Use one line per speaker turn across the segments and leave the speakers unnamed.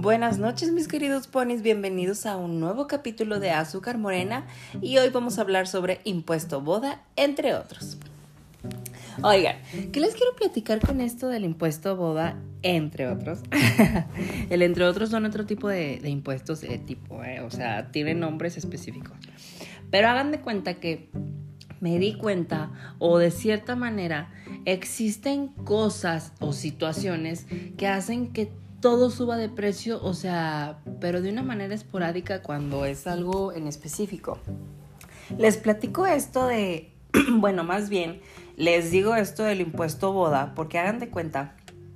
Buenas noches mis queridos ponis, bienvenidos a un nuevo capítulo de Azúcar Morena y hoy vamos a hablar sobre impuesto boda, entre otros. Oigan, ¿qué les quiero platicar con esto del impuesto boda, entre otros? El entre otros son otro tipo de impuestos o sea, tienen nombres específicos. Pero hagan de cuenta que me di cuenta, o de cierta manera, existen cosas o situaciones que hacen que todo suba de precio, o sea, pero de una manera esporádica cuando es algo en específico. Les platico esto de, bueno, más bien, les digo esto del impuesto boda, porque hagan de cuenta,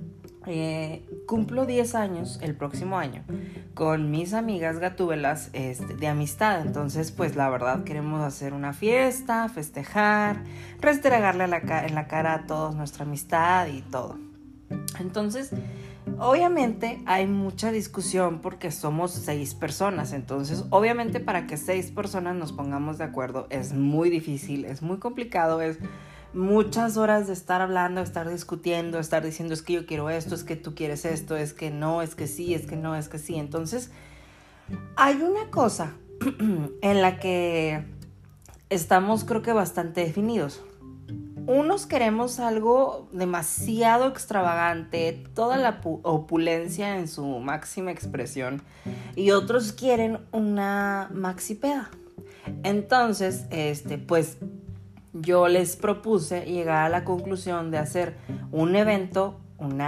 cumplo 10 años el próximo año con mis amigas gatúbelas de amistad. Entonces, pues la verdad queremos hacer una fiesta, festejar, restregarle en la cara a todos nuestra amistad y todo. Entonces, obviamente hay mucha discusión porque somos 6 personas. Entonces, obviamente para que 6 personas nos pongamos de acuerdo es muy difícil, es muy complicado, es muchas horas de estar hablando, estar discutiendo, estar diciendo es que yo quiero esto, es que tú quieres esto, es que no, es que sí, es que no, es que sí. Entonces, hay una cosa en la que estamos creo que bastante definidos. Unos queremos algo demasiado extravagante, toda la opulencia en su máxima expresión, y otros quieren una maxi peda. Entonces, pues yo les propuse llegar a la conclusión de hacer un evento,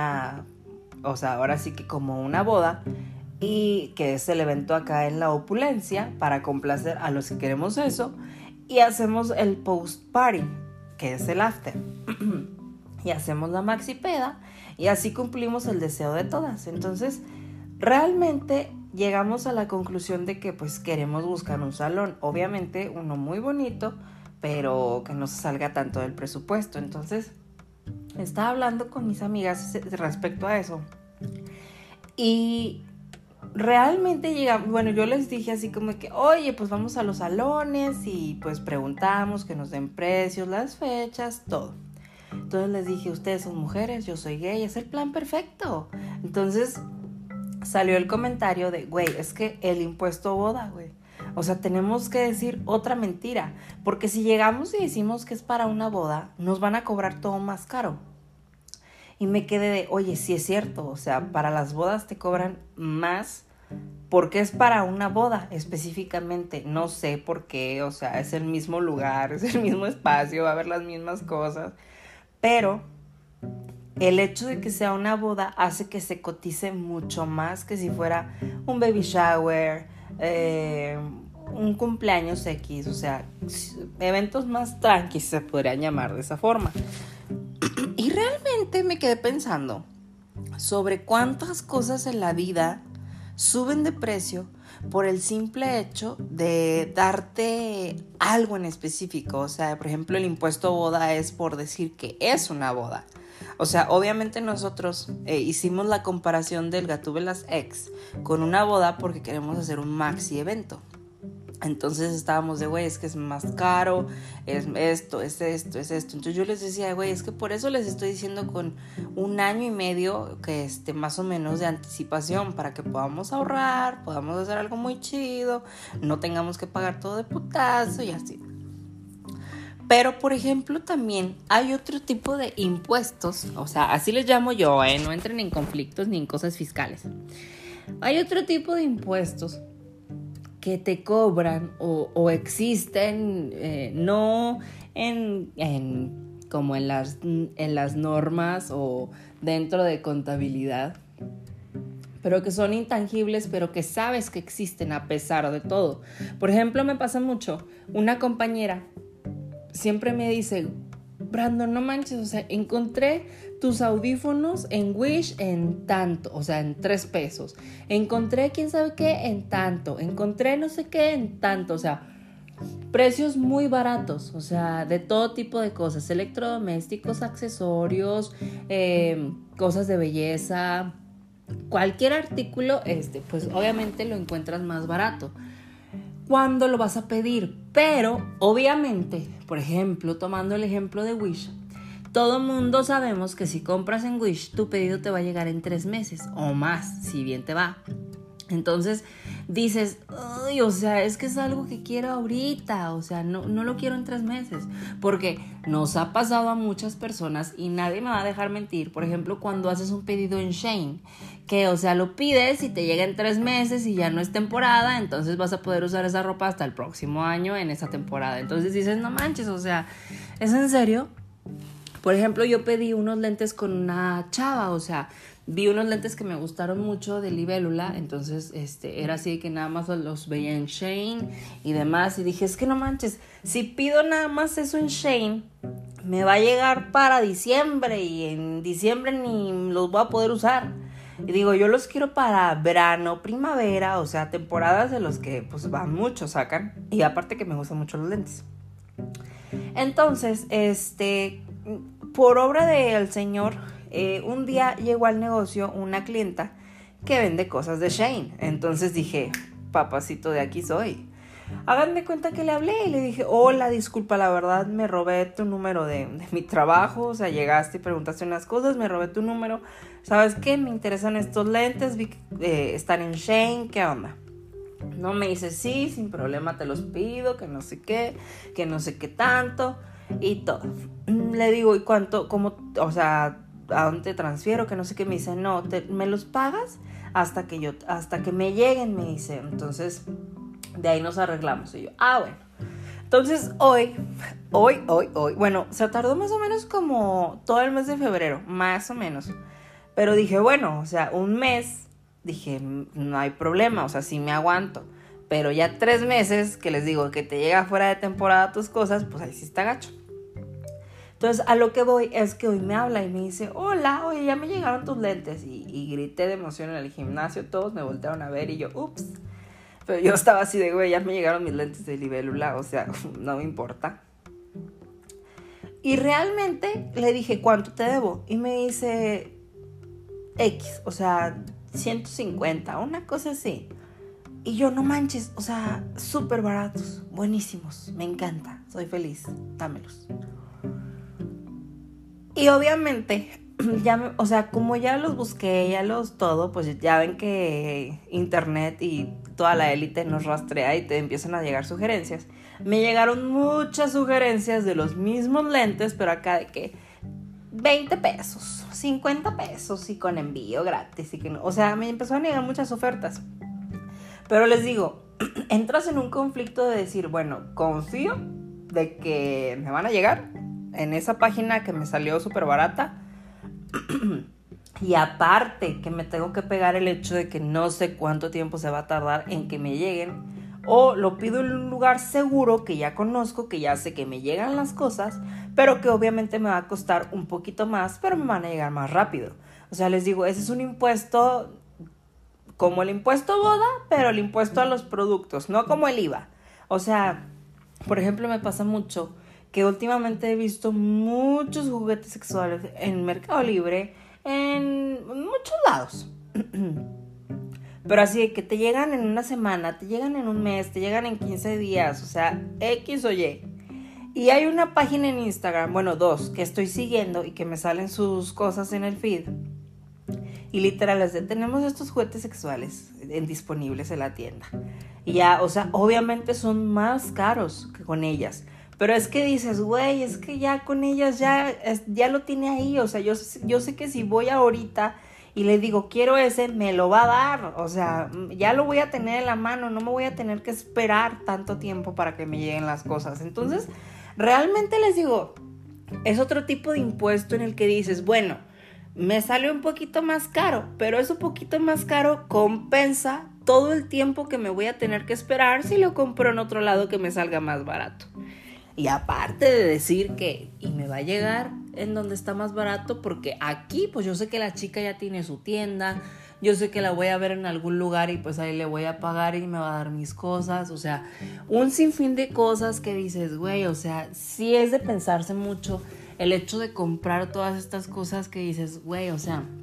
ahora sí que como una boda, y que es el evento acá en la opulencia para complacer a los que queremos eso, y hacemos el post party, que es el after, y hacemos la maxi peda, y así cumplimos el deseo de todas. Entonces, realmente llegamos a la conclusión de que pues queremos buscar un salón, obviamente uno muy bonito, pero que no se salga tanto del presupuesto. Entonces, estaba hablando con mis amigas respecto a eso, y realmente llegamos, bueno, yo les dije así como que, oye, pues vamos a los salones y pues preguntamos que nos den precios, las fechas, todo. Entonces les dije, ustedes son mujeres, yo soy gay, es el plan perfecto. Entonces salió el comentario de, güey, es que el impuesto boda, güey. O sea, tenemos que decir otra mentira, porque si llegamos y decimos que es para una boda, nos van a cobrar todo más caro. Y me quedé de, oye, sí es cierto, o sea, para las bodas te cobran más porque es para una boda específicamente. No sé por qué, o sea, es el mismo lugar, es el mismo espacio, va a haber las mismas cosas. Pero el hecho de que sea una boda hace que se cotice mucho más que si fuera un baby shower, un cumpleaños X, o sea, eventos más tranquilos se podrían llamar de esa forma. Y realmente me quedé pensando sobre cuántas cosas en la vida suben de precio por el simple hecho de darte algo en específico. O sea, por ejemplo, el impuesto boda es por decir que es una boda. O sea, obviamente nosotros hicimos la comparación del Gatúbelas X con una boda porque queremos hacer un maxi evento. Entonces estábamos de, güey, es que es más caro, es esto. Entonces yo les decía, güey, es que por eso les estoy diciendo con 1 año y medio que más o menos de anticipación para que podamos ahorrar, podamos hacer algo muy chido, no tengamos que pagar todo de putazo y así. Pero, por ejemplo, también hay otro tipo de impuestos, o sea, así les llamo yo, no entren en conflictos ni en cosas fiscales. Hay otro tipo de impuestos que te cobran o existen, no como en las normas o dentro de contabilidad, pero que son intangibles, pero que sabes que existen a pesar de todo. Por ejemplo, me pasa mucho, una compañera siempre me dice, Brandon, no manches, o sea, encontré tus audífonos en Wish en tanto, o sea, en 3 pesos. Encontré quién sabe qué en tanto. Encontré no sé qué en tanto, o sea, precios muy baratos, o sea, de todo tipo de cosas, electrodomésticos, accesorios, cosas de belleza, cualquier artículo, pues obviamente lo encuentras más barato. ¿Cuándo lo vas a pedir? Pero obviamente, por ejemplo, tomando el ejemplo de Wish, todo mundo sabemos que si compras en Wish, tu pedido te va a llegar en 3 meses o más, si bien te va. Entonces dices, ay, o sea, es que es algo que quiero ahorita, o sea, no lo quiero en 3 meses, porque nos ha pasado a muchas personas y nadie me va a dejar mentir. Por ejemplo, cuando haces un pedido en Shein, que, o sea, lo pides y te llega en 3 meses y ya no es temporada, entonces vas a poder usar esa ropa hasta el próximo año en esa temporada. Entonces dices, no manches, o sea, ¿es en serio? Por ejemplo, yo pedí unos lentes con una chava, o sea, vi unos lentes que me gustaron mucho de Libélula, entonces era así que nada más los veía en Shein y demás, y dije, es que no manches, si pido nada más eso en Shein, me va a llegar para diciembre y en diciembre ni los voy a poder usar. Y digo, yo los quiero para verano, primavera, o sea, temporadas de los que pues van muchos, sacan, y aparte que me gustan mucho los lentes. Entonces, por obra del señor, un día llegó al negocio una clienta que vende cosas de Shein. Entonces dije, papacito, de aquí soy. Hagan de cuenta que le hablé y le dije, hola, disculpa, la verdad me robé tu número de mi trabajo. O sea, llegaste y preguntaste unas cosas, me robé tu número. ¿Sabes qué? Me interesan estos lentes, vi que están en Shein, ¿qué onda? No, me dice, sí, sin problema te los pido, que no sé qué tanto y todo. Le digo, ¿y cuánto? ¿Cómo? O sea, ¿a dónde te transfiero? Que no sé qué. Me dice, no, me los pagas hasta que me lleguen, me dice. Entonces, de ahí nos arreglamos. Y yo, bueno. Entonces, hoy, bueno, se tardó más o menos como todo el mes de febrero, más o menos. Pero dije, bueno, o sea, un mes, dije, no hay problema, o sea, sí me aguanto. Pero ya 3 meses, que les digo, que te llega fuera de temporada tus cosas, pues ahí sí está gacho. Entonces, a lo que voy es que hoy me habla y me dice, hola, oye, ya me llegaron tus lentes. Y grité de emoción en el gimnasio, todos me voltearon a ver y yo, ups. Pero yo estaba así de, güey, ya me llegaron mis lentes de Libélula, o sea, no me importa. Y realmente le dije, ¿cuánto te debo? Y me dice, X, o sea, 150, una cosa así. Y yo, no manches, o sea, súper baratos, buenísimos, me encanta, soy feliz, dámelos. Y obviamente, o sea, como ya los busqué, ya los todo, pues ya ven que internet y toda la élite nos rastrea y te empiezan a llegar sugerencias. Me llegaron muchas sugerencias de los mismos lentes, pero acá de que 20 pesos, 50 pesos y con envío gratis. Y que no, o sea, me empezaron a llegar muchas ofertas. Pero les digo, entras en un conflicto de decir, bueno, confío de que me van a llegar en esa página que me salió súper barata. Y aparte que me tengo que pegar el hecho de que no sé cuánto tiempo se va a tardar en que me lleguen. O lo pido en un lugar seguro que ya conozco, que ya sé que me llegan las cosas, pero que obviamente me va a costar un poquito más, pero me van a llegar más rápido. O sea, les digo, ese es un impuesto como el impuesto boda, pero el impuesto a los productos, no como el IVA. O sea, por ejemplo, me pasa mucho que últimamente he visto muchos juguetes sexuales en Mercado Libre, en muchos lados. Pero así de que te llegan en una semana, te llegan en un mes, te llegan en 15 días, o sea, X o Y. Y hay una página en Instagram, bueno, 2, que estoy siguiendo y que me salen sus cosas en el feed. Y literal es de, tenemos estos juguetes sexuales disponibles en la tienda. Y ya, o sea, obviamente son más caros que con ellas. Pero es que dices, güey, es que ya con ellas ya lo tiene ahí. O sea, yo sé que si voy ahorita y le digo, quiero ese, me lo va a dar. O sea, ya lo voy a tener en la mano. No me voy a tener que esperar tanto tiempo para que me lleguen las cosas. Entonces, realmente les digo, es otro tipo de impuesto en el que dices, bueno, me sale un poquito más caro, pero eso poquito más caro compensa todo el tiempo que me voy a tener que esperar si lo compro en otro lado que me salga más barato. Y aparte de decir que y me va a llegar en donde está más barato, porque aquí pues yo sé que la chica ya tiene su tienda, yo sé que la voy a ver en algún lugar y pues ahí le voy a pagar y me va a dar mis cosas. O sea, un sinfín de cosas que dices, güey, o sea, sí es de pensarse mucho el hecho de comprar todas estas cosas que dices, güey, o sea,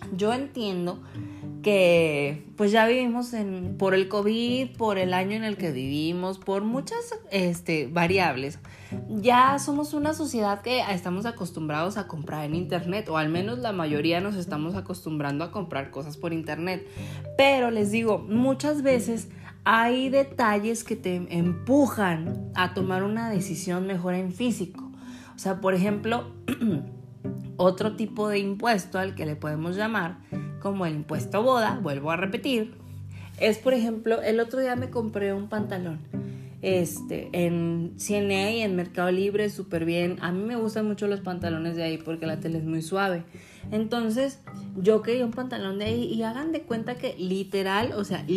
Yo entiendo que pues ya vivimos por el COVID, por el año en el que vivimos, por muchas variables. Ya somos una sociedad que estamos acostumbrados a comprar en internet, o al menos la mayoría nos estamos acostumbrando a comprar cosas por internet. Pero les digo, muchas veces hay detalles que te empujan a tomar una decisión mejor en físico. O sea, por ejemplo, otro tipo de impuesto al que le podemos llamar como el impuesto boda, vuelvo a repetir, es, por ejemplo, el otro día me compré un pantalón en CNA y en Mercado Libre, súper bien. A mí me gustan mucho los pantalones de ahí porque la tela es muy suave. Entonces yo quería un pantalón de ahí y hagan de cuenta que literal,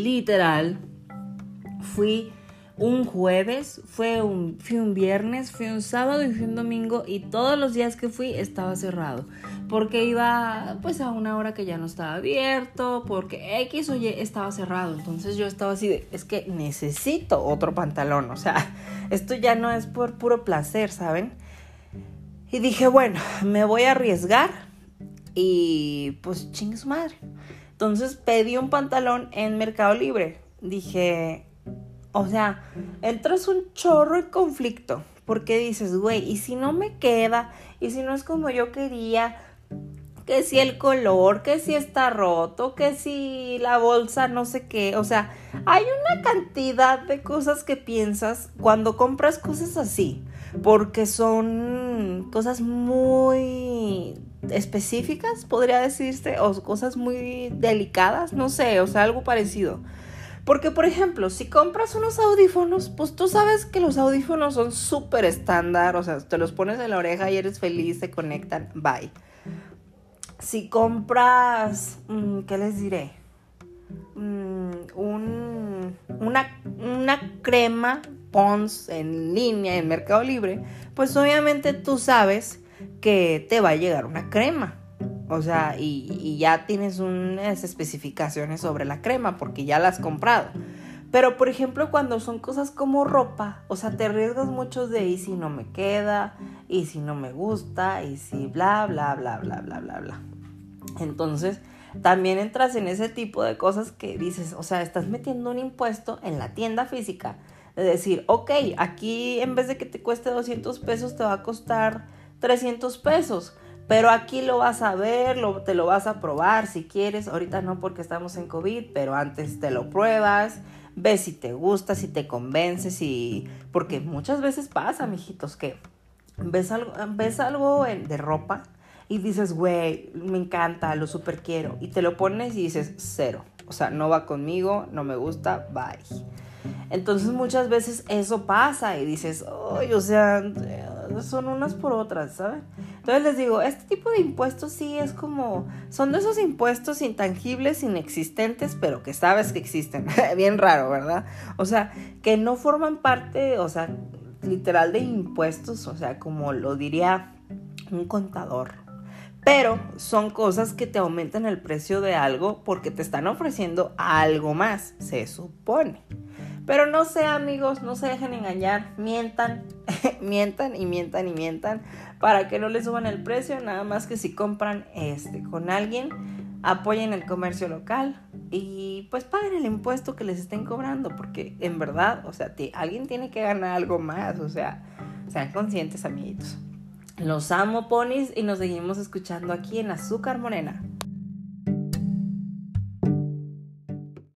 fui un jueves, fui un viernes, fui un sábado y fui un domingo, y todos los días que fui estaba cerrado porque iba pues a una hora que ya no estaba abierto, porque X o Y estaba cerrado. Entonces yo estaba así de, es que necesito otro pantalón, o sea, esto ya no es por puro placer, ¿saben? Y dije, bueno, me voy a arriesgar y pues chingue su madre. Entonces pedí un pantalón en Mercado Libre. Dije, o sea, entras un chorro en conflicto, porque dices, güey, ¿y si no me queda? ¿Y si no es como yo quería? Que si el color, que si está roto, que si la bolsa no sé qué. O sea, hay una cantidad de cosas que piensas cuando compras cosas así, porque son cosas muy específicas, podría decirse, o cosas muy delicadas, no sé, o sea, algo parecido. Porque, por ejemplo, si compras unos audífonos, pues tú sabes que los audífonos son súper estándar, o sea, te los pones en la oreja y eres feliz, se conectan, bye. Si compras, ¿qué les diré? Una crema Pond's en línea en Mercado Libre, pues obviamente tú sabes que te va a llegar una crema. O sea, y ya tienes unas especificaciones sobre la crema porque ya la has comprado. Pero, por ejemplo, cuando son cosas como ropa, o sea, te arriesgas mucho de y si no me queda, y si no me gusta, y si bla, bla, bla, bla, bla, bla, bla. Entonces, también entras en ese tipo de cosas que dices, o sea, estás metiendo un impuesto en la tienda física. De decir, ok, aquí en vez de que te cueste 200 pesos, te va a costar 300 pesos. Pero aquí lo vas a ver, te lo vas a probar si quieres. Ahorita no porque estamos en COVID, pero antes te lo pruebas. Ves si te gusta, si te convences, porque muchas veces pasa, mijitos, que ves algo de ropa y dices, güey, me encanta, lo súper quiero. Y te lo pones y dices, cero. O sea, no va conmigo, no me gusta, bye. Entonces muchas veces eso pasa y dices, ay, o sea, son unas por otras, ¿sabes? Entonces les digo, este tipo de impuestos sí es como, son de esos impuestos intangibles, inexistentes, pero que sabes que existen. Bien raro, ¿verdad? O sea, que no forman parte, o sea, literal de impuestos, o sea, como lo diría un contador. Pero son cosas que te aumentan el precio de algo porque te están ofreciendo algo más, se supone. Pero no sé, amigos, no se dejen engañar, mientan, mientan y mientan y mientan para que no les suban el precio. Nada más que si compran con alguien, apoyen el comercio local y pues paguen el impuesto que les estén cobrando, porque en verdad, o sea, alguien tiene que ganar algo más, o sea, sean conscientes, amiguitos. Los amo, ponis, y nos seguimos escuchando aquí en Azúcar Morena.